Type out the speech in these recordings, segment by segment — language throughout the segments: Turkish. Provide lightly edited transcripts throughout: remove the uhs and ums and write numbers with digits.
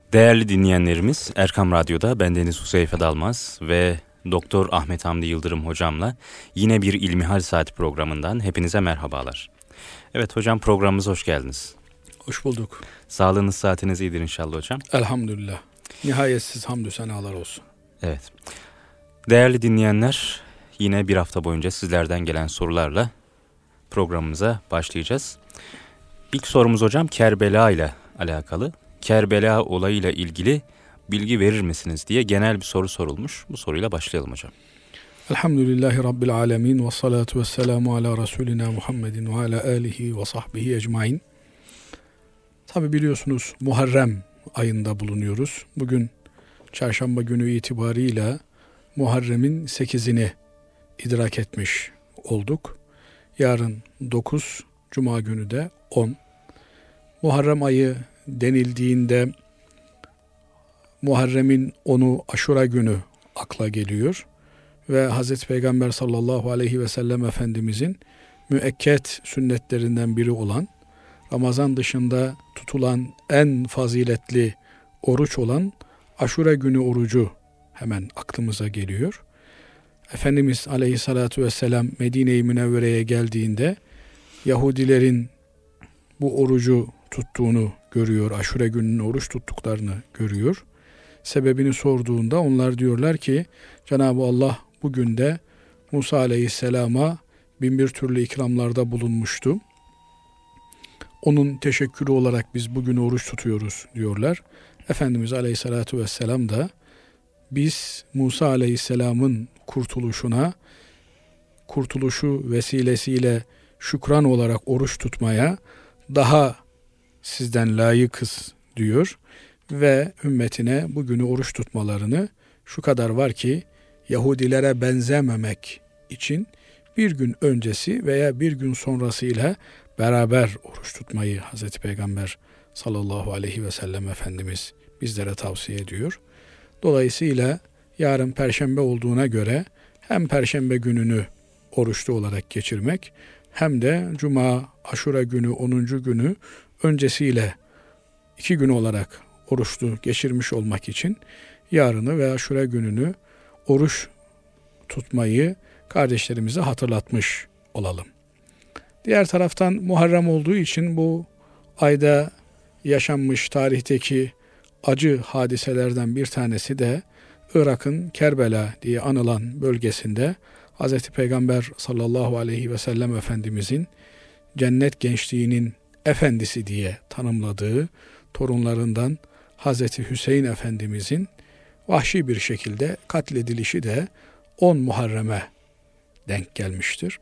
Değerli dinleyenlerimiz, Erkam Radyo'da bendeniz Huzeyfe Dalmaz ve Doktor Ahmet Hamdi Yıldırım hocamla yine bir İlmihal Saati programından hepinize merhabalar. Evet hocam, programımıza hoş geldiniz. Hoş bulduk. Sağlığınız, saatiniz iyidir inşallah hocam. Elhamdülillah. Nihayetsiz hamdü senalar olsun. Evet. Değerli dinleyenler, yine bir hafta boyunca sizlerden gelen sorularla programımıza başlayacağız. İlk sorumuz hocam Kerbela ile alakalı. Kerbela olayıyla ilgili bilgi verir misiniz diye genel bir soru sorulmuş. Bu soruyla başlayalım hocam. Elhamdülillahi Rabbil alemin ve salatu ve selamu ala Resulina Muhammedin ve ala alihi ve sahbihi ecmain. Tabi biliyorsunuz Muharrem ayında bulunuyoruz. Bugün çarşamba günü itibarıyla Muharrem'in 8'ini idrak etmiş olduk. Yarın 9, Cuma günü de 10. Muharrem ayı denildiğinde Muharrem'in 10'u Aşura günü akla geliyor. Ve Hazreti Peygamber sallallahu aleyhi ve sellem Efendimizin müekked sünnetlerinden biri olan, Ramazan dışında tutulan en faziletli oruç olan Aşura günü orucu hemen aklımıza geliyor. Efendimiz aleyhissalatu vesselam Medine-i Münevvere'ye geldiğinde Yahudilerin bu orucu tuttuğunu görüyor, Aşure gününün oruç tuttuklarını görüyor. Sebebini sorduğunda onlar diyorlar ki Cenab-ı Allah bugün de Musa aleyhisselama binbir türlü ikramlarda bulunmuştu. Onun teşekkürü olarak biz bugün oruç tutuyoruz diyorlar. Efendimiz aleyhissalatu vesselam da biz Musa aleyhisselamın kurtuluşu vesilesiyle şükran olarak oruç tutmaya daha sizden layıkız diyor ve ümmetine bugünü oruç tutmalarını, şu kadar var ki Yahudilere benzememek için bir gün öncesi veya bir gün sonrasıyla beraber oruç tutmayı Hazreti Peygamber sallallahu aleyhi ve sellem Efendimiz bizlere tavsiye ediyor. Dolayısıyla yarın Perşembe olduğuna göre hem Perşembe gününü oruçlu olarak geçirmek hem de Cuma, Aşura günü, 10. günü öncesiyle 2 gün olarak oruçlu geçirmiş olmak için yarını ve Aşura gününü oruç tutmayı kardeşlerimize hatırlatmış olalım. Diğer taraftan Muharrem olduğu için bu ayda yaşanmış tarihteki acı hadiselerden bir tanesi de Irak'ın Kerbela diye anılan bölgesinde Hz. Peygamber sallallahu aleyhi ve sellem Efendimizin cennet gençliğinin efendisi diye tanımladığı torunlarından Hz. Hüseyin Efendimizin vahşi bir şekilde katledilişi de 10 Muharrem'e denk gelmiştir.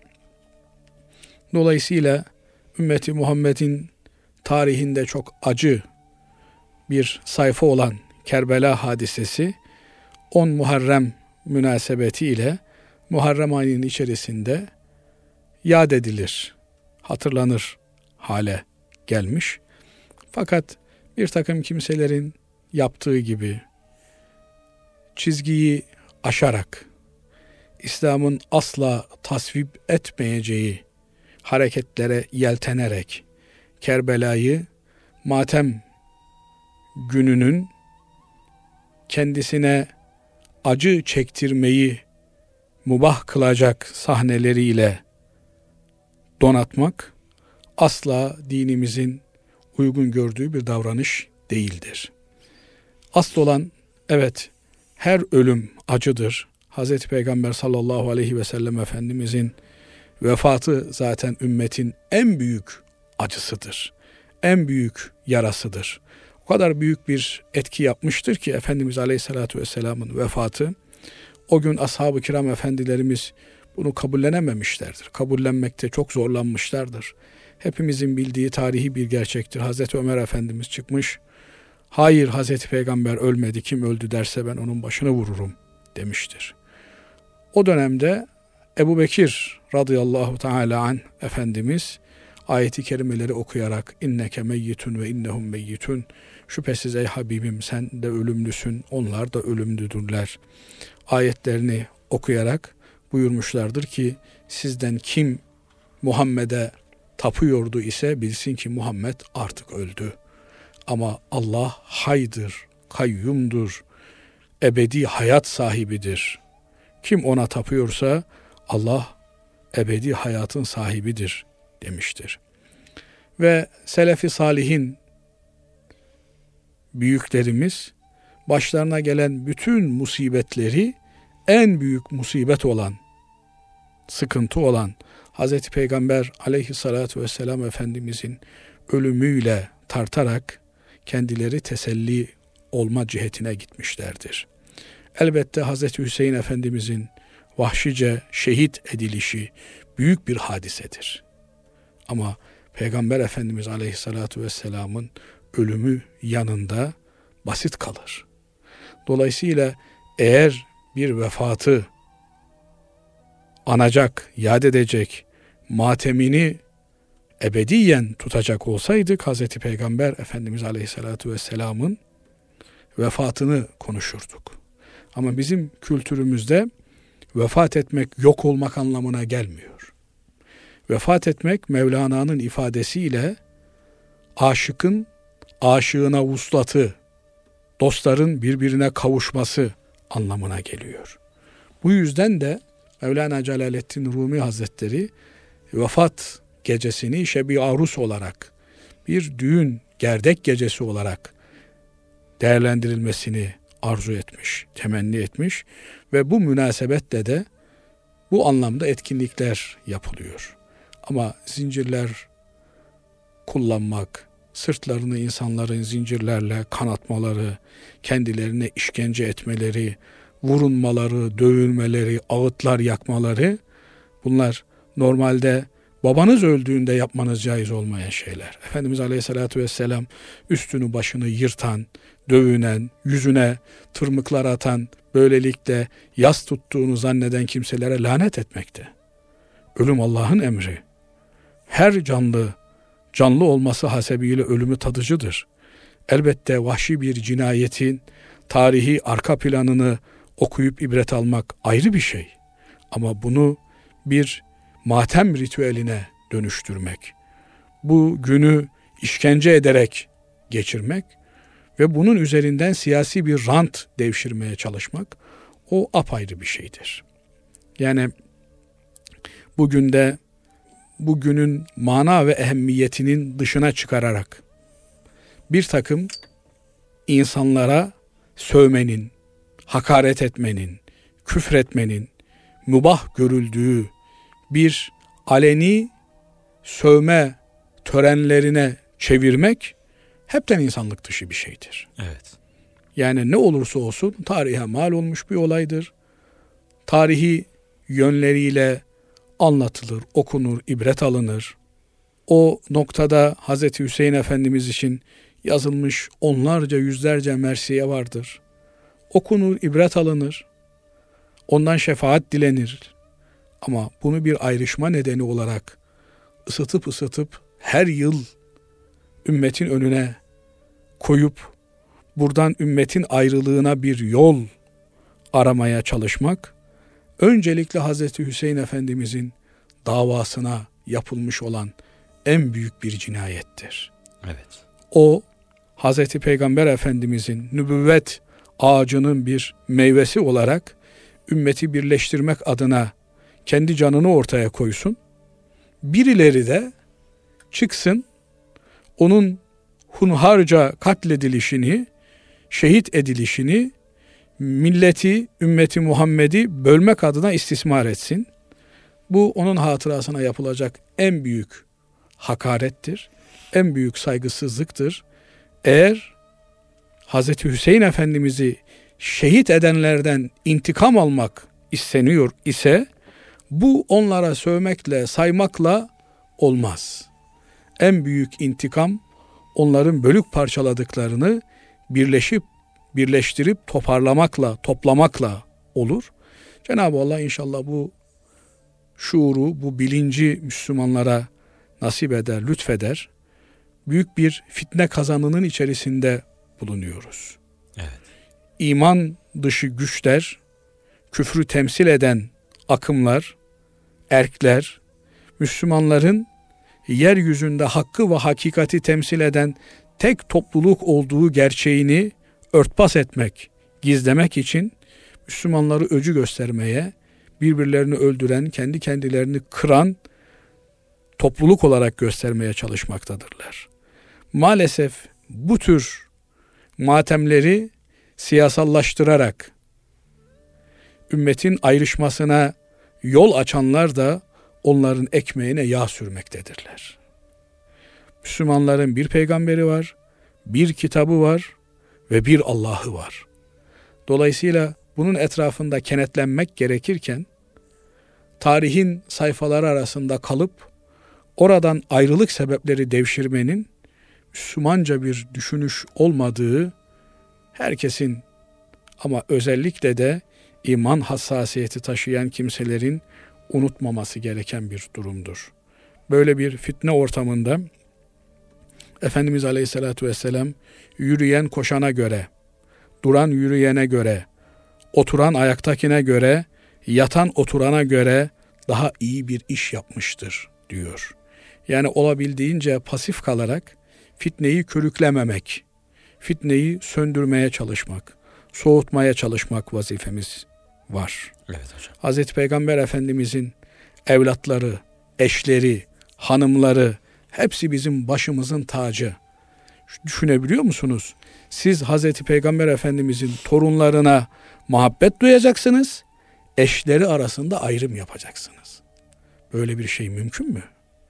Dolayısıyla ümmeti Muhammed'in tarihinde çok acı bir sayfa olan Kerbela hadisesi 10 Muharrem münasebetiyle Muharrem ayının içerisinde yad edilir, hatırlanır hale gelmiş. Fakat bir takım kimselerin yaptığı gibi çizgiyi aşarak İslam'ın asla tasvip etmeyeceği hareketlere yeltenerek Kerbela'yı matem gününün kendisine acı çektirmeyi mubah kılacak sahneleriyle donatmak asla dinimizin uygun gördüğü bir davranış değildir. Asıl olan evet her ölüm acıdır. Hz. Peygamber sallallahu aleyhi ve sellem Efendimizin vefatı zaten ümmetin en büyük acısıdır. En büyük yarasıdır. O kadar büyük bir etki yapmıştır ki Efendimiz aleyhissalatu vesselamın vefatı, o gün ashab-ı kiram efendilerimiz bunu kabullenememişlerdir. Kabullenmekte çok zorlanmışlardır. Hepimizin bildiği tarihi bir gerçektir. Hazreti Ömer Efendimiz çıkmış, hayır Hazreti Peygamber ölmedi, kim öldü derse ben onun başını vururum demiştir. O dönemde Ebu Bekir radıyallahu teala anh Efendimiz ayeti kerimeleri okuyarak inneke meyyitun ve innehum meyyitun, şüphesiz ey Habibim sen de ölümlüsün, onlar da ölümlüdürler ayetlerini okuyarak buyurmuşlardır ki sizden kim Muhammed'e tapıyordu ise bilsin ki Muhammed artık öldü. Ama Allah haydır kayyumdur. Ebedi hayat sahibidir. Kim ona tapıyorsa Allah ebedi hayatın sahibidir demiştir. Ve Selefi Salihin büyüklerimiz başlarına gelen bütün musibetleri en büyük musibet olan, sıkıntı olan Hz. Peygamber aleyhissalatu vesselam Efendimizin ölümüyle tartarak kendileri teselli olma cihetine gitmişlerdir. Elbette Hz. Hüseyin Efendimizin vahşice şehit edilişi büyük bir hadisedir. Ama Peygamber Efendimiz aleyhissalatu vesselamın ölümü yanında basit kalır. Dolayısıyla eğer bir vefatı anacak, yad edecek, matemini ebediyen tutacak olsaydık Hz. Peygamber Efendimiz Aleyhisselatü Vesselam'ın vefatını konuşurduk. Ama bizim kültürümüzde vefat etmek yok olmak anlamına gelmiyor. Vefat etmek Mevlana'nın ifadesiyle aşıkın aşığına vuslatı, dostların birbirine kavuşması anlamına geliyor. Bu yüzden de Mevlana Celaleddin Rumi Hazretleri vefat gecesini şebi arus olarak, bir düğün gerdek gecesi olarak değerlendirilmesini arzu etmiş, temenni etmiş ve bu münasebetle de bu anlamda etkinlikler yapılıyor. Ama zincirler kullanmak, sırtlarını insanların zincirlerle kanatmaları, kendilerine işkence etmeleri, vurulmaları, dövülmeleri, ağıtlar yakmaları, bunlar normalde babanız öldüğünde yapmanız caiz olmayan şeyler. Efendimiz Aleyhisselatü Vesselam üstünü başını yırtan, dövünen, yüzüne tırmıklar atan, böylelikle yas tuttuğunu zanneden kimselere lanet etmekte. Ölüm Allah'ın emri. Her canlı olması hasebiyle ölümü tadıcıdır. Elbette vahşi bir cinayetin tarihi arka planını okuyup ibret almak ayrı bir şey. Ama bunu bir matem ritüeline dönüştürmek, bu günü işkence ederek geçirmek ve bunun üzerinden siyasi bir rant devşirmeye çalışmak, o apayrı bir şeydir. Yani bugünün mana ve ehemmiyetinin dışına çıkararak bir takım insanlara sövmenin, hakaret etmenin, küfretmenin mübah görüldüğü bir aleni sövme törenlerine çevirmek hepten insanlık dışı bir şeydir. Evet. Yani ne olursa olsun tarihe mal olmuş bir olaydır. Tarihi yönleriyle anlatılır, okunur, ibret alınır. O noktada Hz. Hüseyin Efendimiz için yazılmış onlarca, yüzlerce mersiye vardır. Okunur, ibret alınır. Ondan şefaat dilenir. Ama bunu bir ayrışma nedeni olarak ısıtıp her yıl ümmetin önüne koyup buradan ümmetin ayrılığına bir yol aramaya çalışmak, öncelikle Hz. Hüseyin Efendimizin davasına yapılmış olan en büyük bir cinayettir. Evet. O, Hz. Peygamber Efendimizin nübüvvet ağacının bir meyvesi olarak ümmeti birleştirmek adına kendi canını ortaya koysun. Birileri de çıksın, onun hunharca katledilişini, şehit edilişini, milleti, ümmeti Muhammed'i bölmek adına istismar etsin. Bu onun hatırasına yapılacak en büyük hakarettir, en büyük saygısızlıktır. Eğer Hz. Hüseyin Efendimiz'i şehit edenlerden intikam almak isteniyor ise, bu onlara sövmekle, saymakla olmaz. En büyük intikam, onların bölük parçaladıklarını birleştirip toplamakla olur. Cenab-ı Allah inşallah bu şuuru, bu bilinci Müslümanlara nasip eder, lütfeder. Büyük bir fitne kazanının içerisinde bulunuyoruz. Evet. İman dışı güçler, küfrü temsil eden akımlar, erkler, Müslümanların yeryüzünde hakkı ve hakikati temsil eden tek topluluk olduğu gerçeğini örtbas etmek, gizlemek için Müslümanları öcü göstermeye, birbirlerini öldüren, kendi kendilerini kıran topluluk olarak göstermeye çalışmaktadırlar. Maalesef bu tür matemleri siyasallaştırarak ümmetin ayrışmasına yol açanlar da onların ekmeğine yağ sürmektedirler. Müslümanların bir peygamberi var, bir kitabı var ve bir Allah'ı var. Dolayısıyla bunun etrafında kenetlenmek gerekirken tarihin sayfaları arasında kalıp oradan ayrılık sebepleri devşirmenin Müslümanca bir düşünüş olmadığı herkesin ama özellikle de iman hassasiyeti taşıyan kimselerin unutmaması gereken bir durumdur. Böyle bir fitne ortamında Efendimiz Aleyhisselatü Vesselam yürüyen koşana göre, duran yürüyene göre, oturan ayaktakine göre, yatan oturana göre daha iyi bir iş yapmıştır diyor. Yani olabildiğince pasif kalarak fitneyi körüklememek, fitneyi söndürmeye çalışmak, soğutmaya çalışmak vazifemiz var. Evet hocam. Hazreti Peygamber Efendimizin evlatları, eşleri, hanımları hepsi bizim başımızın tacı. Düşünebiliyor musunuz? Siz Hazreti Peygamber Efendimizin torunlarına muhabbet duyacaksınız, eşleri arasında ayrım yapacaksınız. Böyle bir şey mümkün mü?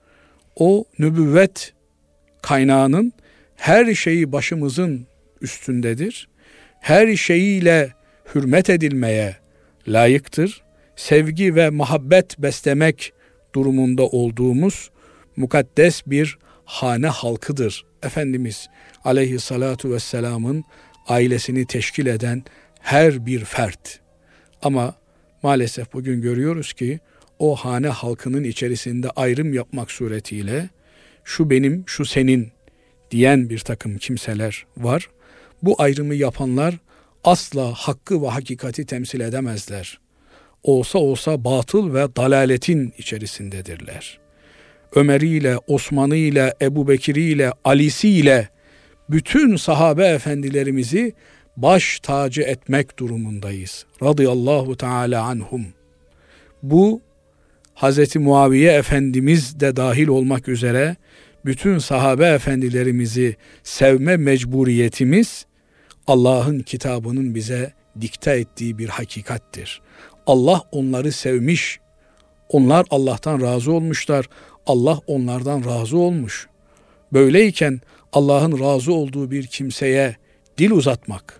O nübüvvet kaynağının her şeyi başımızın üstündedir. Her şeyiyle hürmet edilmeye layıktır. Sevgi ve muhabbet beslemek durumunda olduğumuz mukaddes bir hane halkıdır. Efendimiz Aleyhissalatu vesselamın ailesini teşkil eden her bir fert. Ama maalesef bugün görüyoruz ki o hane halkının içerisinde ayrım yapmak suretiyle şu benim, şu senin diyen bir takım kimseler var. Bu ayrımı yapanlar asla hakkı ve hakikati temsil edemezler. Olsa olsa batıl ve dalaletin içerisindedirler. Ömer'iyle, Osman'ıyla, Ebu Bekir'iyle, Ali'siyle bütün sahabe efendilerimizi baş tacı etmek durumundayız. Radıyallahu teala anhum. Bu Hz. Muaviye Efendimiz de dahil olmak üzere bütün sahabe efendilerimizi sevme mecburiyetimiz Allah'ın kitabının bize dikte ettiği bir hakikattir. Allah onları sevmiş. Onlar Allah'tan razı olmuşlar. Allah onlardan razı olmuş. Böyleyken Allah'ın razı olduğu bir kimseye dil uzatmak,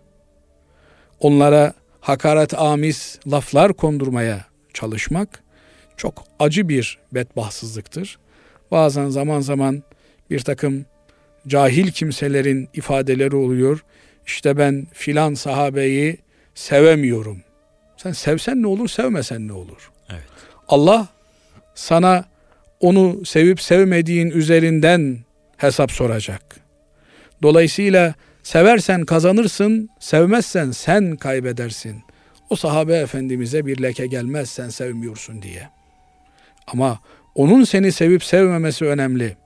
onlara hakaret-amiz laflar kondurmaya çalışmak çok acı bir bedbahtsızlıktır. Bazen zaman zaman bir takım cahil kimselerin ifadeleri oluyor. İşte ben filan sahabeyi sevemiyorum. Sen sevsen ne olur, sevmesen ne olur? Evet. Allah sana onu sevip sevmediğin üzerinden hesap soracak. Dolayısıyla seversen kazanırsın, sevmezsen sen kaybedersin. O sahabe efendimize bir leke gelmez sen sevmiyorsun diye. Ama onun seni sevip sevmemesi önemli.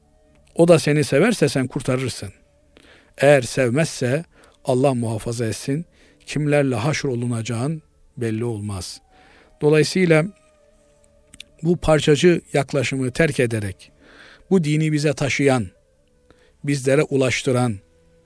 O da seni severse sen kurtarırsın. Eğer sevmezse Allah muhafaza etsin, kimlerle haşrolunacağın belli olmaz. Dolayısıyla bu parçacı yaklaşımı terk ederek, bu dini bize taşıyan, bizlere ulaştıran,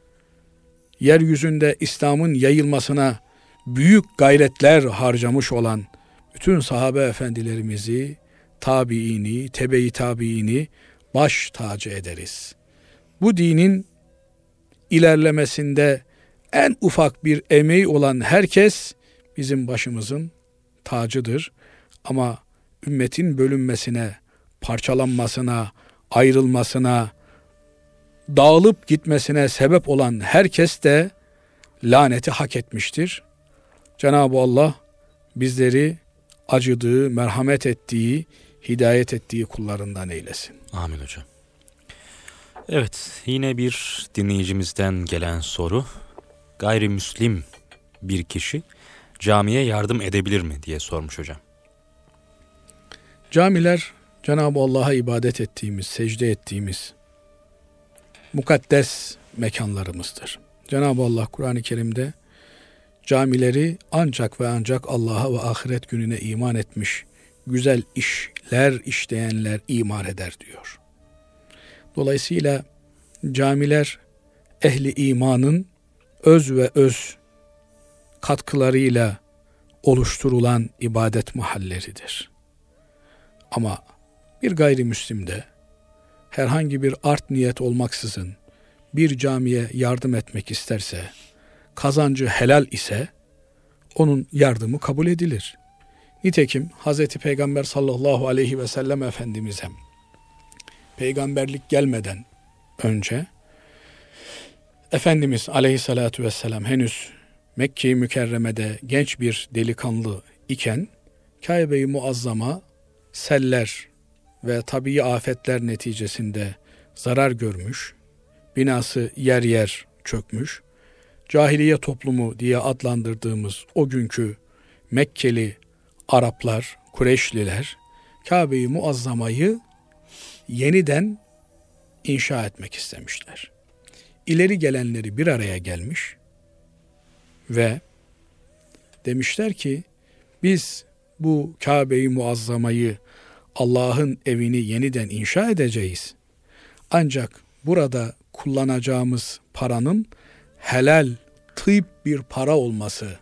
yeryüzünde İslam'ın yayılmasına büyük gayretler harcamış olan bütün sahabe efendilerimizi, tabiini, tebe-i tabiini baş tacı ederiz. Bu dinin ilerlemesinde en ufak bir emeği olan herkes bizim başımızın tacıdır. Ama ümmetin bölünmesine, parçalanmasına, ayrılmasına, dağılıp gitmesine sebep olan herkes de laneti hak etmiştir. Cenab-ı Allah bizleri acıdığı, merhamet ettiği, hidayet ettiği kullarından eylesin. Amin hocam. Evet, yine bir dinleyicimizden gelen soru. Gayrimüslim bir kişi camiye yardım edebilir mi diye sormuş hocam. Camiler Cenab-ı Allah'a ibadet ettiğimiz, secde ettiğimiz mukaddes mekanlarımızdır. Cenab-ı Allah Kur'an-ı Kerim'de camileri ancak ve ancak Allah'a ve ahiret gününe iman etmiş, güzel işler işleyenler imar eder diyor. Dolayısıyla camiler ehli imanın öz ve öz katkılarıyla oluşturulan ibadet mahalleridir. Ama bir gayrimüslim de herhangi bir art niyet olmaksızın bir camiye yardım etmek isterse, kazancı helal ise onun yardımı kabul edilir. Nitekim Hz. Peygamber sallallahu aleyhi ve sellem Efendimiz'e peygamberlik gelmeden önce Efendimiz aleyhissalatu vesselam henüz Mekke-i Mükerreme'de genç bir delikanlı iken Kabe-i Muazzama seller ve tabii afetler neticesinde zarar görmüş, binası yer yer çökmüş, cahiliye toplumu diye adlandırdığımız o günkü Mekkeli Araplar, Kureyşliler Kabe-i Muazzama'yı yeniden inşa etmek istemişler. İleri gelenleri bir araya gelmiş ve demişler ki biz bu Kabe-i Muazzama'yı, Allah'ın evini yeniden inşa edeceğiz. Ancak burada kullanacağımız paranın helal, tıyb bir para olması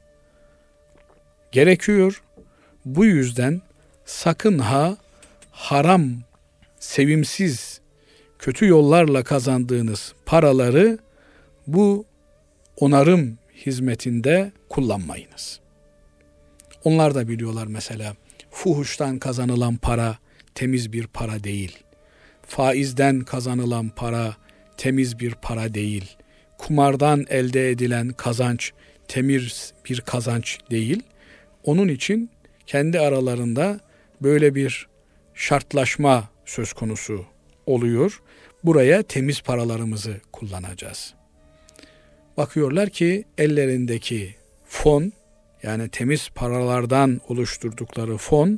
gerekiyor. Bu yüzden sakın ha haram, sevimsiz, kötü yollarla kazandığınız paraları bu onarım hizmetinde kullanmayınız. Onlar da biliyorlar mesela fuhuştan kazanılan para temiz bir para değil. Faizden kazanılan para temiz bir para değil. Kumardan elde edilen kazanç temiz bir kazanç değil. Onun için kendi aralarında böyle bir şartlaşma söz konusu oluyor. Buraya temiz paralarımızı kullanacağız. Bakıyorlar ki ellerindeki fon, yani temiz paralardan oluşturdukları fon,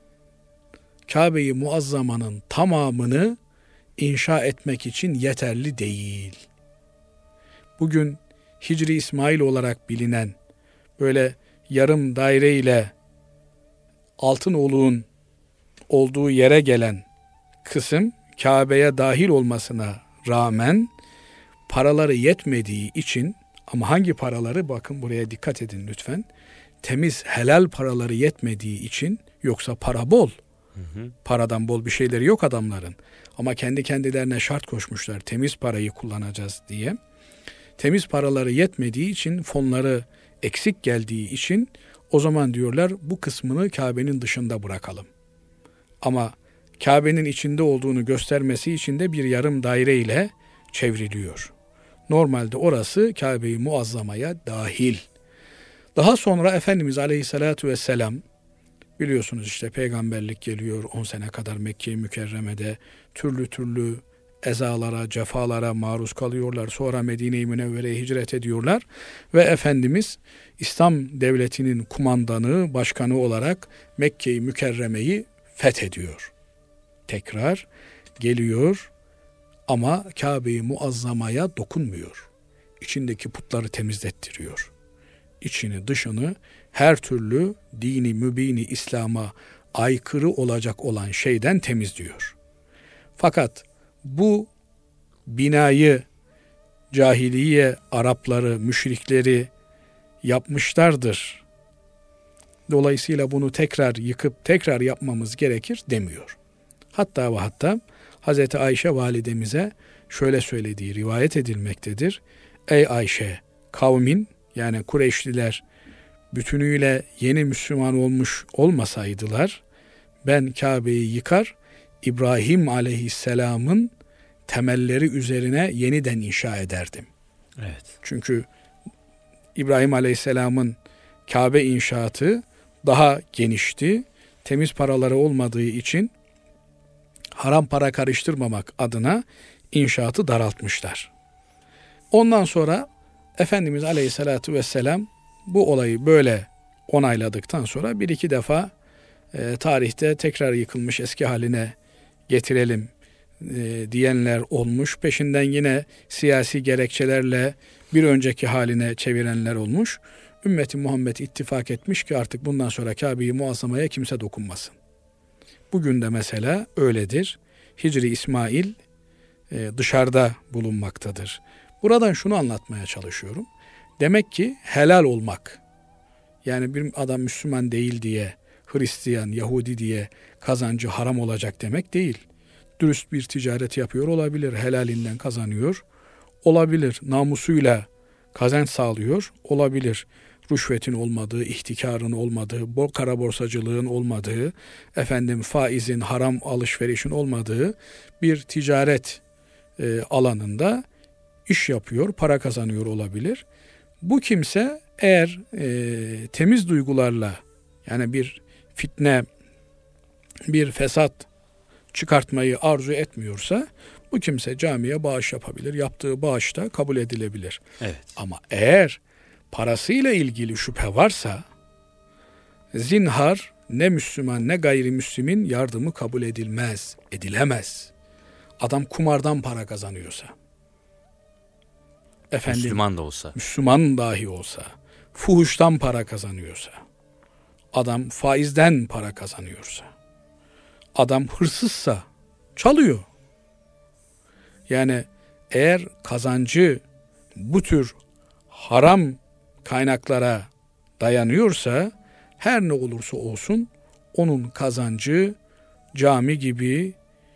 Kabe-i Muazzama'nın tamamını inşa etmek için yeterli değil. Bugün Hicri İsmail olarak bilinen böyle yarım daire ile Altınoluk'un olduğu yere gelen kısım Kabe'ye dahil olmasına rağmen paraları yetmediği için, ama hangi paraları, bakın buraya dikkat edin lütfen, temiz helal paraları yetmediği için, yoksa para bol. Paradan bol bir şeyleri yok adamların. Ama kendi kendilerine şart koşmuşlar temiz parayı kullanacağız diye. Temiz paraları yetmediği için, fonları eksik geldiği için o zaman diyorlar bu kısmını Kabe'nin dışında bırakalım. Ama Kabe'nin içinde olduğunu göstermesi için de bir yarım daire ile çevriliyor. Normalde orası Kabe-i Muazzama'ya dahil. Daha sonra Efendimiz Aleyhisselatü Vesselam, biliyorsunuz işte peygamberlik geliyor, 10 sene kadar Mekke-i Mükerreme'de türlü türlü ezalara, cefalara maruz kalıyorlar. Sonra Medine-i Münevvere'ye hicret ediyorlar ve Efendimiz İslam devletinin kumandanı, başkanı olarak Mekke-i Mükerreme'yi fethediyor. Tekrar geliyor ama Kabe-i Muazzama'ya dokunmuyor. İçindeki putları temizlettiriyor. İçini dışını her türlü dini mübini İslam'a aykırı olacak olan şeyden temizliyor. Fakat bu binayı cahiliye Arapları, müşrikleri yapmışlardır. Dolayısıyla bunu tekrar yıkıp tekrar yapmamız gerekir demiyor. Hatta ve hatta Hazreti Ayşe validemize şöyle söylediği rivayet edilmektedir. Ey Ayşe, kavmin, yani Kureyşliler bütünüyle yeni Müslüman olmuş olmasaydılar, ben Kabe'yi yıkar, İbrahim aleyhisselamın temelleri üzerine yeniden inşa ederdim. Evet. Çünkü İbrahim aleyhisselamın Kabe inşaatı daha genişti. Temiz paraları olmadığı için haram para karıştırmamak adına inşaatı daraltmışlar. Ondan sonra Efendimiz Aleyhisselatü Vesselam bu olayı böyle onayladıktan sonra bir iki defa tarihte tekrar yıkılmış, eski haline getirelim diyenler olmuş. Peşinden yine siyasi gerekçelerle bir önceki haline çevirenler olmuş. Ümmeti Muhammed ittifak etmiş ki artık bundan sonra Kabe'yi muazzamaya kimse dokunmasın. Bugün de mesela öyledir. Hicri İsmail dışarıda bulunmaktadır. Buradan şunu anlatmaya çalışıyorum. Demek ki helal olmak, yani bir adam Müslüman değil diye, Hristiyan, Yahudi diye kazancı haram olacak demek değil. Dürüst bir ticaret yapıyor olabilir, helalinden kazanıyor olabilir, namusuyla kazanç sağlıyor olabilir. Rüşvetin olmadığı, ihtikarın olmadığı, kara borsacılığın olmadığı, faizin, haram alışverişin olmadığı bir ticaret alanında iş yapıyor, para kazanıyor olabilir. Bu kimse eğer temiz duygularla, yani bir fitne, bir fesat çıkartmayı arzu etmiyorsa, bu kimse camiye bağış yapabilir. Yaptığı bağış da kabul edilebilir. Evet. Ama eğer parasıyla ilgili şüphe varsa, zinhar ne Müslüman ne gayrimüslimin yardımı kabul edilmez, edilemez. Adam kumardan para kazanıyorsa, Müslüman da olsa, Müslüman dahi olsa, fuhuştan para kazanıyorsa, adam faizden para kazanıyorsa, adam hırsızsa, çalıyor. Yani eğer kazancı bu tür haram kaynaklara dayanıyorsa, her ne olursa olsun onun kazancı cami gibi,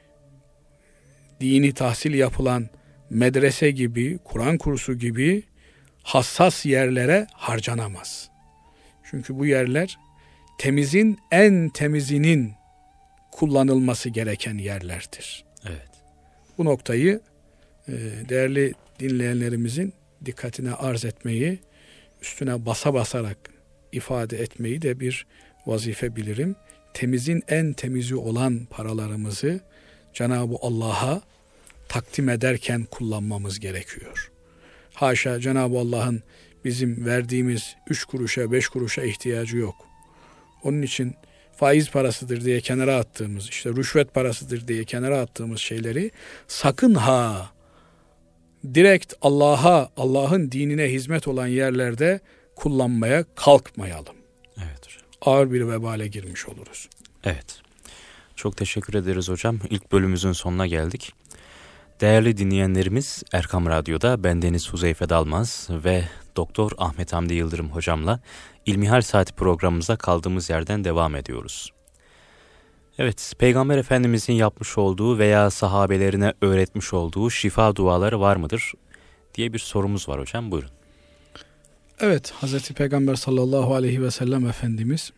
dini tahsil yapılan medrese gibi, Kur'an kursu gibi hassas yerlere harcanamaz. Çünkü bu yerler temizin en temizinin kullanılması gereken yerlerdir. Evet. Bu noktayı değerli dinleyenlerimizin dikkatine arz etmeyi, üstüne basa basarak ifade etmeyi de bir vazife bilirim. Temizin en temizi olan paralarımızı Cenab-ı Allah'a takdim ederken kullanmamız gerekiyor. Haşa, Cenab-ı Allah'ın bizim verdiğimiz 3 kuruşa 5 kuruşa ihtiyacı yok. Onun için faiz parasıdır diye kenara attığımız, işte rüşvet parasıdır diye kenara attığımız şeyleri sakın ha direkt Allah'ın dinine hizmet olan yerlerde kullanmaya kalkmayalım. Evet hocam. Ağır bir vebale girmiş oluruz. Evet. Çok teşekkür ederiz hocam. İlk bölümümüzün sonuna geldik. Değerli dinleyenlerimiz, Erkam Radyo'da bendeniz Huzeyfe Dalmaz ve Doktor Ahmet Hamdi Yıldırım hocamla İlmihal Saati programımıza kaldığımız yerden devam ediyoruz. Evet, Peygamber Efendimizin yapmış olduğu veya sahabelerine öğretmiş olduğu şifa duaları var mıdır diye bir sorumuz var hocam. Buyurun. Evet, Hazreti Peygamber sallallahu aleyhi ve sellem Efendimiz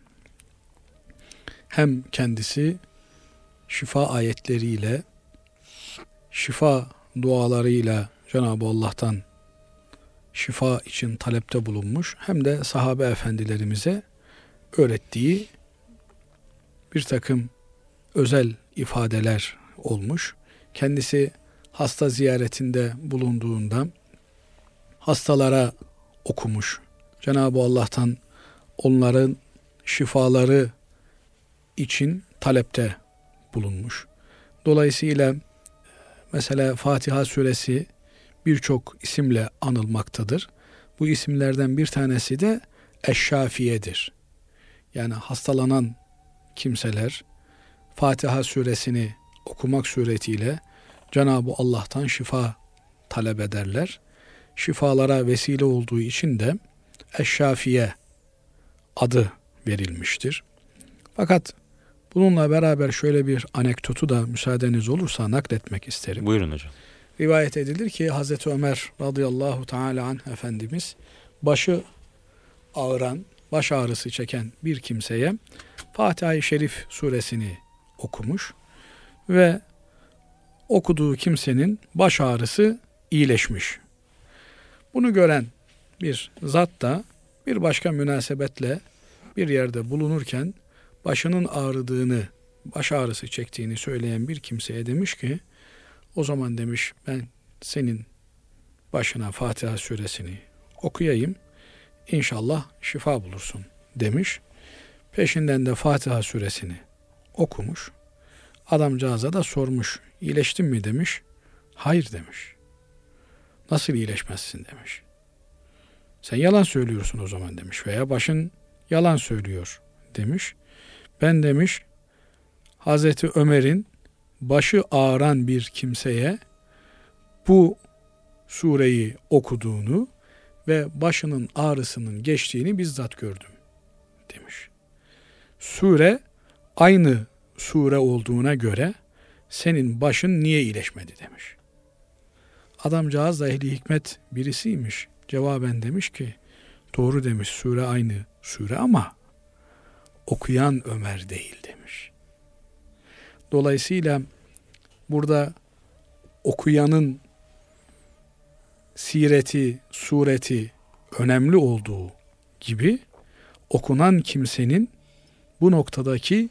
hem kendisi şifa ayetleriyle, şifa dualarıyla Cenab-ı Allah'tan şifa için talepte bulunmuş, hem de sahabe efendilerimize öğrettiği bir takım özel ifadeler olmuş. Kendisi hasta ziyaretinde bulunduğunda hastalara okumuş. Cenab-ı Allah'tan onların şifaları için talepte bulunmuş. Dolayısıyla mesela Fatiha suresi birçok isimle anılmaktadır. Bu isimlerden bir tanesi de Eşşafiye'dir. Yani hastalanan kimseler Fatiha suresini okumak suretiyle Cenab-ı Allah'tan şifa talep ederler. Şifalara vesile olduğu için de Eşşafiye adı verilmiştir. Fakat bununla beraber şöyle bir anekdotu da müsaadeniz olursa nakletmek isterim. Buyurun hocam. Rivayet edilir ki Hazreti Ömer radıyallahu teala anh Efendimiz başı ağıran, baş ağrısı çeken bir kimseye Fatiha-i Şerif suresini okumuş ve okuduğu kimsenin baş ağrısı iyileşmiş. Bunu gören bir zat da bir başka münasebetle bir yerde bulunurken başının ağrıdığını, baş ağrısı çektiğini söyleyen bir kimseye demiş ki, o zaman demiş ben senin başına Fatiha suresini okuyayım, İnşallah şifa bulursun demiş. Peşinden de Fatiha suresini okumuş. Adamcağıza da sormuş, iyileştin mi demiş. Hayır demiş. Nasıl iyileşmezsin demiş. Sen yalan söylüyorsun o zaman demiş veya başın yalan söylüyor demiş. Ben demiş Hazreti Ömer'in başı ağrıyan bir kimseye bu sureyi okuduğunu ve başının ağrısının geçtiğini bizzat gördüm demiş. Sure aynı sure olduğuna göre senin başın niye iyileşmedi demiş. Adamcağız da ehli hikmet birisiymiş. Cevaben demiş ki doğru demiş, sure aynı sure ama okuyan Ömer değil demiş. Dolayısıyla burada okuyanın sireti, sureti önemli olduğu gibi okunan kimsenin bu noktadaki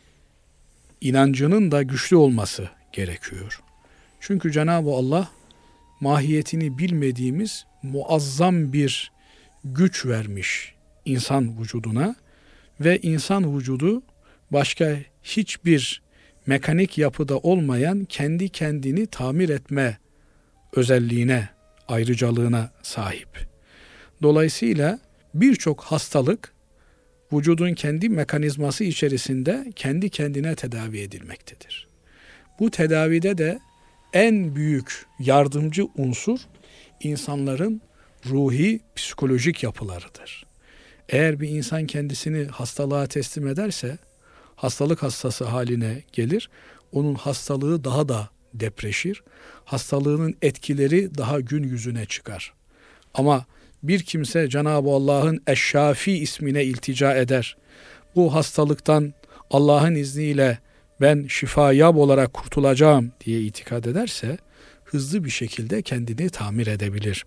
inancının da güçlü olması gerekiyor. Çünkü Cenab-ı Allah mahiyetini bilmediğimiz muazzam bir güç vermiş insan vücuduna ve insan vücudu başka hiçbir mekanik yapıda olmayan kendi kendini tamir etme özelliğine, ayrıcalığına sahip. Dolayısıyla birçok hastalık vücudun kendi mekanizması içerisinde kendi kendine tedavi edilmektedir. Bu tedavide de en büyük yardımcı unsur insanların ruhi, psikolojik yapılarıdır. Eğer bir insan kendisini hastalığa teslim ederse, hastalık hastası haline gelir, onun hastalığı daha da depreşir, hastalığının etkileri daha gün yüzüne çıkar. Ama bir kimse Cenab-ı Allah'ın Eşşafi ismine iltica eder, bu hastalıktan Allah'ın izniyle ben şifayab olarak kurtulacağım diye itikad ederse, hızlı bir şekilde kendini tamir edebilir.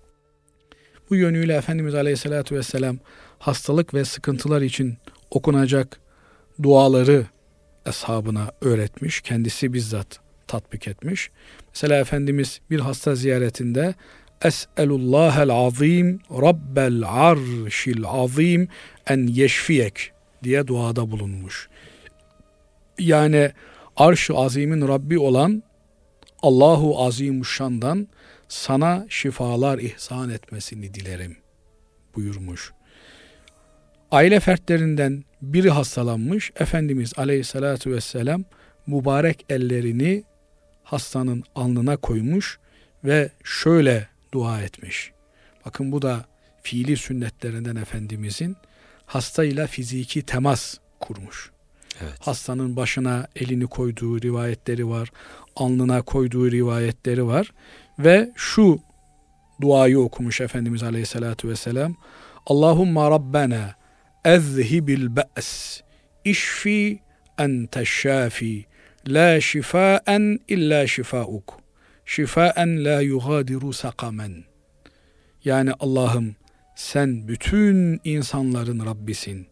Bu yönüyle Efendimiz Aleyhisselatü Vesselam hastalık ve sıkıntılar için okunacak duaları ashabına öğretmiş, kendisi bizzat tatbik etmiş. Mesela Efendimiz bir hasta ziyaretinde Es'elullahel azim Rabbel arşil azim en yeşfiyek diye duada bulunmuş. Yani arş-ı azimin Rabbi olan Allahu Azimuşşan'dan sana şifalar ihsan etmesini dilerim buyurmuş. Aile fertlerinden biri hastalanmış. Efendimiz Aleyhisselatü Vesselam mübarek ellerini hastanın alnına koymuş ve şöyle dua etmiş. Bakın bu da fiili sünnetlerinden Efendimizin hastayla fiziki temas kurmuş. Evet. Hastanın başına elini koyduğu rivayetleri var, alnına koyduğu rivayetleri var ve şu duayı okumuş Efendimiz Aleyhisselatü Vesselam. Allahumma Rabbena ezhibil be's işfi ente şafi la şifaen illa şifauk şifaen la yugadiru sakamen. Yani Allah'ım sen bütün insanların Rabbisin.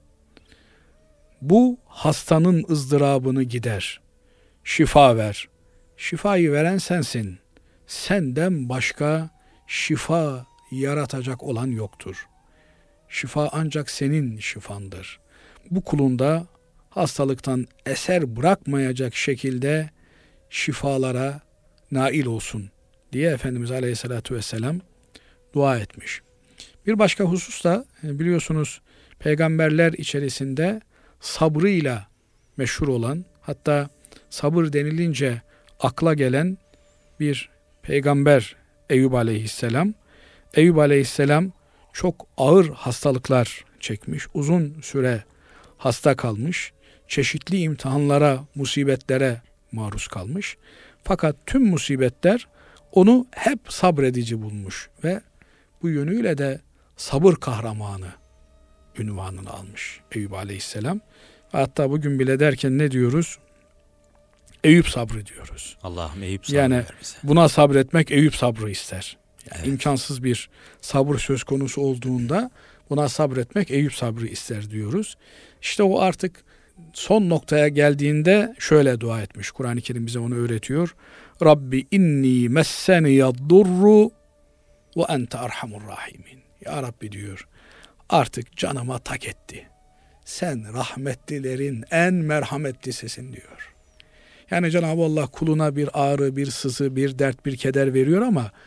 Bu hastanın ızdırabını gider. Şifa ver. Şifayı veren sensin. Senden başka şifa yaratacak olan yoktur. Şifa ancak senin şifandır. Bu kulunda hastalıktan eser bırakmayacak şekilde şifalara nail olsun diye Efendimiz Aleyhisselatü Vesselam dua etmiş. Bir başka husus da biliyorsunuz peygamberler içerisinde sabrıyla meşhur olan, hatta sabır denilince akla gelen bir peygamber Eyüp Aleyhisselam. Eyüp Aleyhisselam çok ağır hastalıklar çekmiş, uzun süre hasta kalmış, çeşitli imtihanlara, musibetlere maruz kalmış. Fakat tüm musibetler onu hep sabredici bulmuş ve bu yönüyle de sabır kahramanı ünvanını almış Eyüp Aleyhisselam. Hatta bugün bile derken ne diyoruz? Eyüp sabrı diyoruz. Allah'ım Eyüp sabrı yani ver bize. Buna sabretmek Eyüp sabrı ister. Yani evet. İmkansız bir sabır söz konusu olduğunda buna sabretmek Eyüp sabrı ister diyoruz. İşte o artık son noktaya geldiğinde şöyle dua etmiş. Kur'an-ı Kerim bize onu öğretiyor. Rabbi inni messeniyad-durru ve ente erhamur rahimin. Ya Rabbi diyor, artık canıma tak etti. Sen rahmetlilerin en merhametlisisin diyor. Yani Cenab-ı Allah kuluna bir ağrı, bir sızı, bir dert, bir keder veriyor ama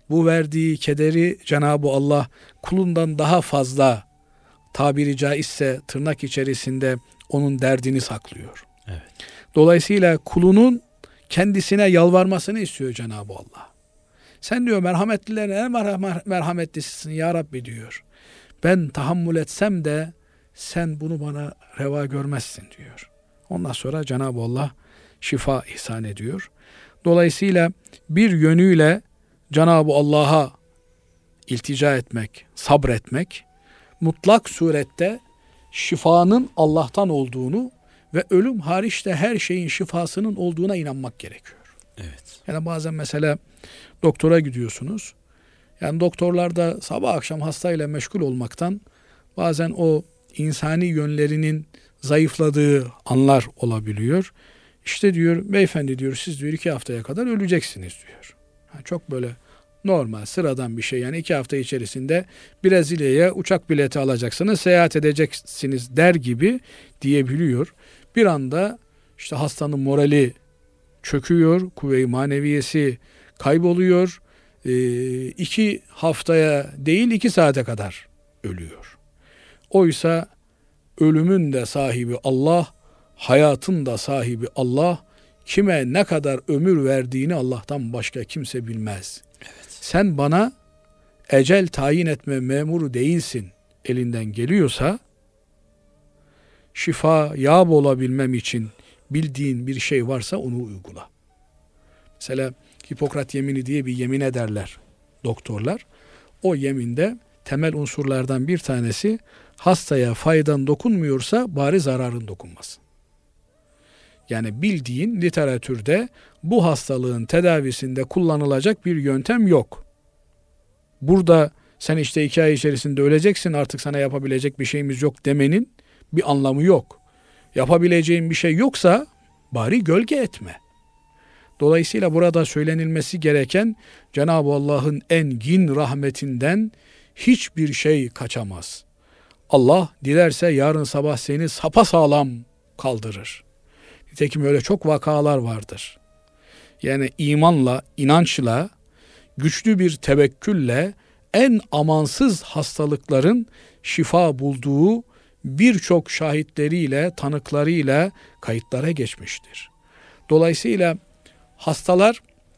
bu verdiği kederi Cenab-ı Allah kulundan daha fazla, tabiri caizse tırnak içerisinde onun derdini saklıyor. Evet. Dolayısıyla kulunun kendisine yalvarmasını istiyor Cenab-ı Allah. Sen diyor merhametlilerin en merhametlisisin ya Rabbi diyor. Ben tahammül etsem de sen bunu bana reva görmezsin diyor. Ondan sonra Cenab-ı Allah şifa ihsan ediyor. Dolayısıyla bir yönüyle Cenab-ı Allah'a iltica etmek, sabretmek, mutlak surette şifanın Allah'tan olduğunu ve ölüm hariç de her şeyin şifasının olduğuna inanmak gerekiyor. Evet. Yani bazen mesela doktora gidiyorsunuz. Yani doktorlar da sabah akşam hastayla meşgul olmaktan bazen o insani yönlerinin zayıfladığı anlar olabiliyor. İşte diyor beyefendi diyor siz diyor 2 haftaya kadar öleceksiniz diyor. Çok böyle normal sıradan bir şey. Yani 2 hafta içerisinde Brezilya'ya uçak bileti alacaksınız, seyahat edeceksiniz der gibi diyebiliyor. Bir anda işte hastanın morali çöküyor, kuvve-i maneviyesi kayboluyor. 2 haftaya değil 2 saate kadar ölüyor. Oysa ölümün de sahibi Allah, hayatın da sahibi Allah, kime ne kadar ömür verdiğini Allah'tan başka kimse bilmez. Evet. Sen bana ecel tayin etme memuru değilsin elinden geliyorsa, şifa yap olabilmem için bildiğin bir şey varsa onu uygula. Mesela Hipokrat yemini diye bir yemin ederler doktorlar. O yeminde temel unsurlardan bir tanesi hastaya faydan dokunmuyorsa bari zararın dokunmasın. Yani bildiğin literatürde bu hastalığın tedavisinde kullanılacak bir yöntem yok. Burada sen işte 2 ay içerisinde öleceksin artık sana yapabilecek bir şeyimiz yok demenin bir anlamı yok. Yapabileceğin bir şey yoksa bari gölge etme. Dolayısıyla burada söylenilmesi gereken Cenab-ı Allah'ın engin rahmetinden hiçbir şey kaçamaz. Allah dilerse yarın sabah seni sapasağlam kaldırır. Nitekim öyle çok vakalar vardır. Yani imanla, inançla, güçlü bir tevekkülle en amansız hastalıkların şifa bulduğu birçok şahitleriyle, tanıklarıyla kayıtlara geçmiştir. Dolayısıyla hastalar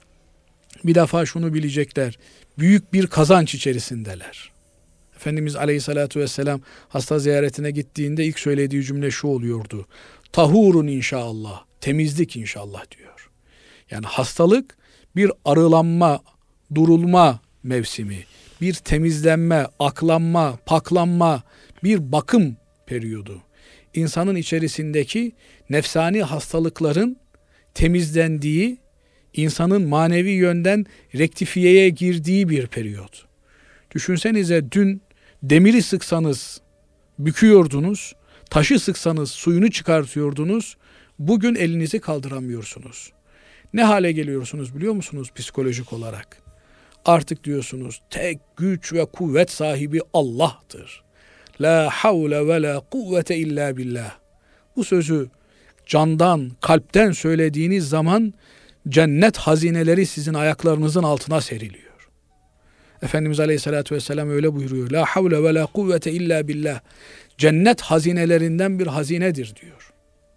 bir defa şunu bilecekler, büyük bir kazanç içerisindeler. Efendimiz Aleyhisselatü Vesselam hasta ziyaretine gittiğinde ilk söylediği cümle şu oluyordu. Tahurun inşallah, temizlik inşallah diyor. Yani hastalık bir arılanma, durulma mevsimi, bir temizlenme, aklanma, paklanma, bir bakım periyodu. İnsanın içerisindeki nefsani hastalıkların temizlendiği, insanın manevi yönden rektifiyeye girdiği bir periyot. Düşünsenize dün demiri sıksanız büküyordunuz, taşı sıksanız suyunu çıkartıyordunuz, bugün elinizi kaldıramıyorsunuz. Ne hale geliyorsunuz biliyor musunuz psikolojik olarak? Artık diyorsunuz tek güç ve kuvvet sahibi Allah'tır. La havle ve la kuvvete illa billah. Bu sözü candan, kalpten söylediğiniz zaman cennet hazineleri sizin ayaklarınızın altına seriliyor. Efendimiz Aleyhisselatü Vesselam öyle buyuruyor. La havle ve la kuvvete illa billah. Cennet hazinelerinden bir hazinedir diyor.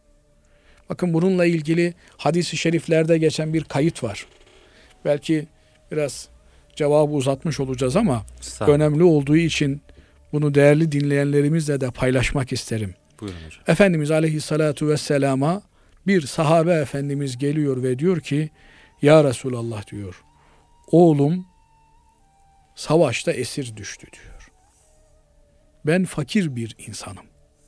Bakın bununla ilgili hadis-i şeriflerde geçen bir kayıt var. Belki biraz cevabı uzatmış olacağız ama önemli olduğu için bunu değerli dinleyenlerimizle de paylaşmak isterim. Buyurun hocam. Efendimiz Aleyhisselatü Vesselam'a bir sahabe efendimiz geliyor ve diyor ki Ya Resulallah diyor, oğlum savaşta esir düştü diyor. Ben fakir bir insanım.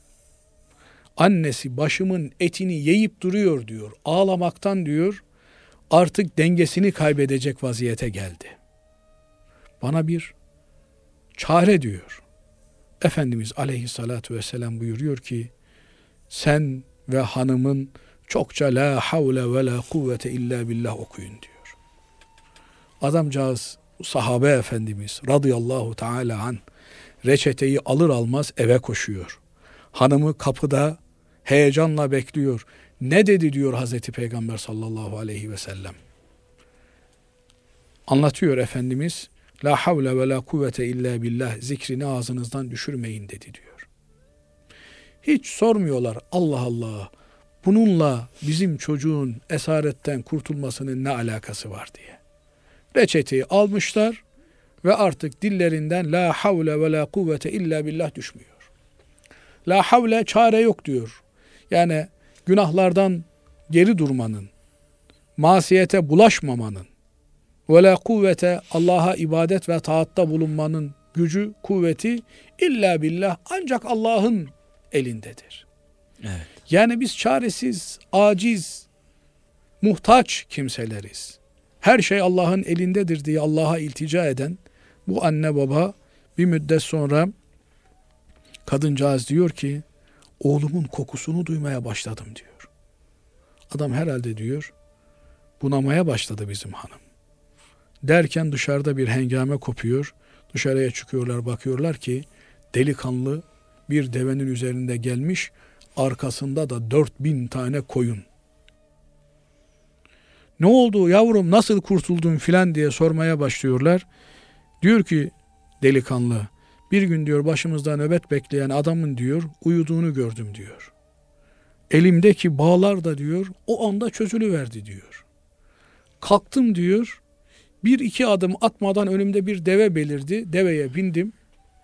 Annesi başımın etini yiyip duruyor diyor. Ağlamaktan diyor artık dengesini kaybedecek vaziyete geldi. Bana bir çare diyor. Efendimiz Aleyhisselatü Vesselam buyuruyor ki sen ve hanımın çokça la havle ve la kuvvete illa billah okuyun diyor. Adamcağız sahabe efendimiz radıyallahu teala an reçeteyi alır almaz eve koşuyor. Hanımı kapıda heyecanla bekliyor. Ne dedi diyor Hazreti Peygamber sallallahu aleyhi ve sellem. Anlatıyor Efendimiz. La havle ve la kuvvete illa billah zikrini ağzınızdan düşürmeyin dedi diyor. Hiç sormuyorlar Allah Allah bununla bizim çocuğun esaretten kurtulmasının ne alakası var diye. Reçeteyi almışlar ve artık dillerinden la havle ve la kuvvete illa billah düşmüyor. La havle çare yok diyor. Yani günahlardan geri durmanın, masiyete bulaşmamanın, ve la kuvvete Allah'a ibadet ve taatta bulunmanın gücü, kuvveti illa billah ancak Allah'ın elindedir. Evet. Yani biz çaresiz, aciz, muhtaç kimseleriz. Her şey Allah'ın elindedir diye Allah'a iltica eden bu anne baba bir müddet sonra kadıncağız diyor ki oğlumun kokusunu duymaya başladım diyor. Adam herhalde diyor bunamaya başladı bizim hanım. Derken dışarıda bir hengame kopuyor. Dışarıya çıkıyorlar bakıyorlar ki delikanlı bir devenin üzerinde gelmiş. Arkasında da 4000 tane koyun. Ne oldu yavrum nasıl kurtuldun filan diye sormaya başlıyorlar. Diyor ki delikanlı bir gün diyor başımızda nöbet bekleyen adamın diyor uyuduğunu gördüm diyor. Elimdeki bağlar da diyor o anda çözülüverdi diyor. Kalktım diyor. 1-2 adım atmadan önümde bir deve belirdi. Deveye bindim.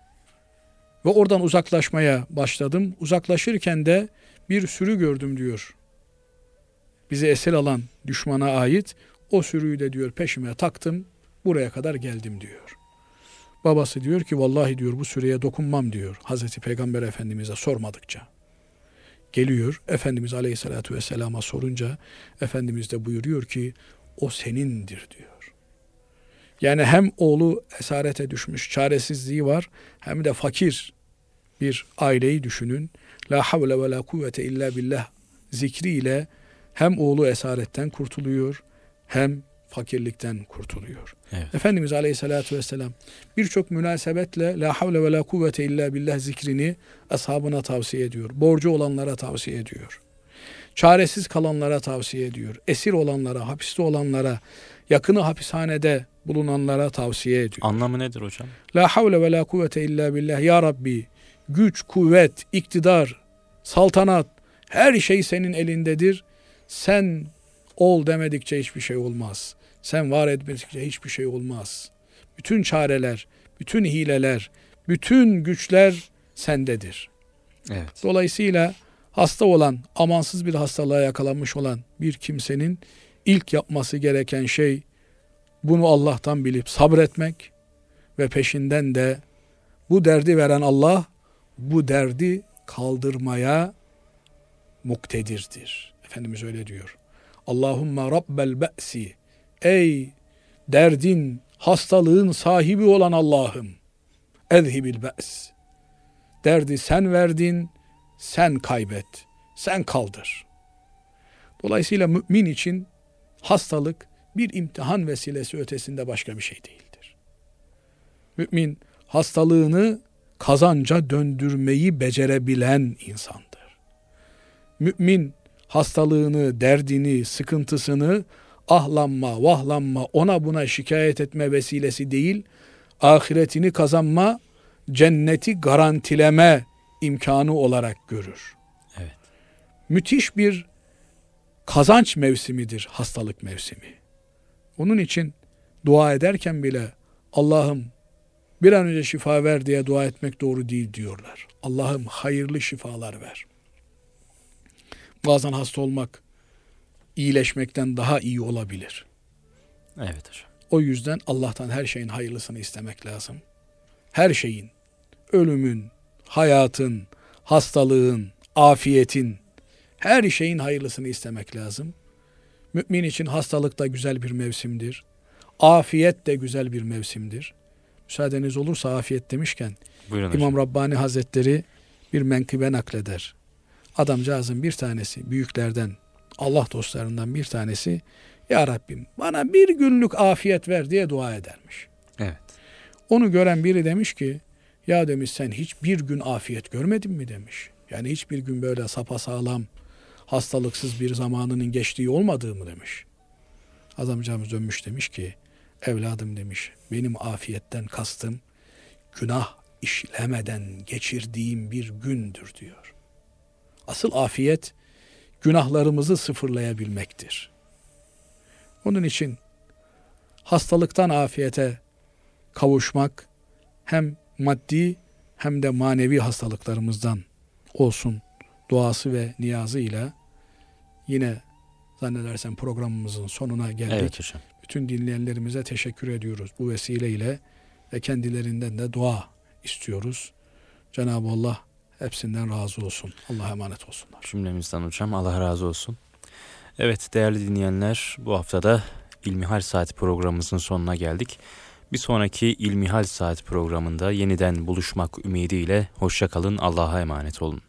Ve oradan uzaklaşmaya başladım. Uzaklaşırken de bir sürü gördüm diyor. Bizi esir alan düşmana ait. O sürüyü de diyor peşime taktım. Buraya kadar geldim diyor. Babası diyor ki vallahi diyor bu sürüye dokunmam diyor. Hazreti Peygamber Efendimiz'e sormadıkça. Geliyor. Efendimiz Aleyhisselatü Vesselam'a sorunca Efendimiz de buyuruyor ki o senindir diyor. Yani hem oğlu esarete düşmüş, çaresizliği var, hem de fakir bir aileyi düşünün. La havle ve la kuvvete illa billah zikriyle hem oğlu esaretten kurtuluyor, hem fakirlikten kurtuluyor. Evet. Efendimiz Aleyhisselatü Vesselam birçok münasebetle la havle ve la kuvvete illa billah zikrini ashabına tavsiye ediyor. Borcu olanlara tavsiye ediyor. Çaresiz kalanlara tavsiye ediyor. Esir olanlara, hapiste olanlara, yakını hapishanede bulunanlara tavsiye ediyor. Anlamı nedir hocam? La havle ve la kuvvete illa billah. Ya Rabbi, güç, kuvvet, iktidar, saltanat, her şey senin elindedir. Sen ol demedikçe hiçbir şey olmaz. Sen var etmedikçe hiçbir şey olmaz. Bütün çareler, bütün hileler, bütün güçler sendedir. Evet. Dolayısıyla hasta olan, amansız bir hastalığa yakalanmış olan bir kimsenin ilk yapması gereken şey bunu Allah'tan bilip sabretmek ve peşinden de bu derdi veren Allah bu derdi kaldırmaya muktedirdir. Efendimiz öyle diyor. Allahümme Rabbel be'si. Ey derdin, hastalığın sahibi olan Allah'ım. Ezhibil be's. Derdi sen verdin, sen kaybet, sen kaldır. Dolayısıyla mümin için hastalık bir imtihan vesilesi ötesinde başka bir şey değildir. Mümin hastalığını kazanca döndürmeyi becerebilen insandır. Mümin hastalığını, derdini, sıkıntısını ahlanma, vahlanma, ona buna şikayet etme vesilesi değil, ahiretini kazanma, cenneti garantileme imkanı olarak görür. Evet. Müthiş bir kazanç mevsimidir hastalık mevsimi. Onun için dua ederken bile Allah'ım bir an önce şifa ver diye dua etmek doğru değil diyorlar. Allah'ım hayırlı şifalar ver. Bazen hasta olmak iyileşmekten daha iyi olabilir. Evet hocam. O yüzden Allah'tan her şeyin hayırlısını istemek lazım. Her şeyin, ölümün, hayatın, hastalığın, afiyetin, her şeyin hayırlısını istemek lazım. Mümin için hastalık da güzel bir mevsimdir. Afiyet de güzel bir mevsimdir. Müsaadeniz olursa afiyet demişken buyurun İmam hocam. Rabbani Hazretleri bir menkıbe nakleder. Adamcağızın bir tanesi, büyüklerden, Allah dostlarından bir tanesi, Ya Rabbim bana bir günlük afiyet ver diye dua edermiş. Evet. Onu gören biri demiş ki, ya demiş sen hiç bir gün afiyet görmedin mi demiş. Yani hiçbir gün böyle sapasağlam, hastalıksız bir zamanının geçtiği olmadığı mı demiş. Adamcağımız dönmüş demiş ki, Evladım demiş, benim afiyetten kastım günah işlemeden geçirdiğim bir gündür diyor. Asıl afiyet günahlarımızı sıfırlayabilmektir. Onun için hastalıktan afiyete kavuşmak hem maddi hem de manevi hastalıklarımızdan olsun duası ve niyazıyla yine zannedersem programımızın sonuna geldik. Evet hocam. Bütün dinleyenlerimize teşekkür ediyoruz bu vesileyle ve kendilerinden de dua istiyoruz. Cenab-ı Allah hepsinden razı olsun. Allah'a emanet olsunlar. Cümlemizden hocam, Allah razı olsun. Evet değerli dinleyenler, bu haftada İlmihal Saati programımızın sonuna geldik. Bir sonraki İlmihal Saati programında yeniden buluşmak ümidiyle hoşça kalın, Allah'a emanet olun.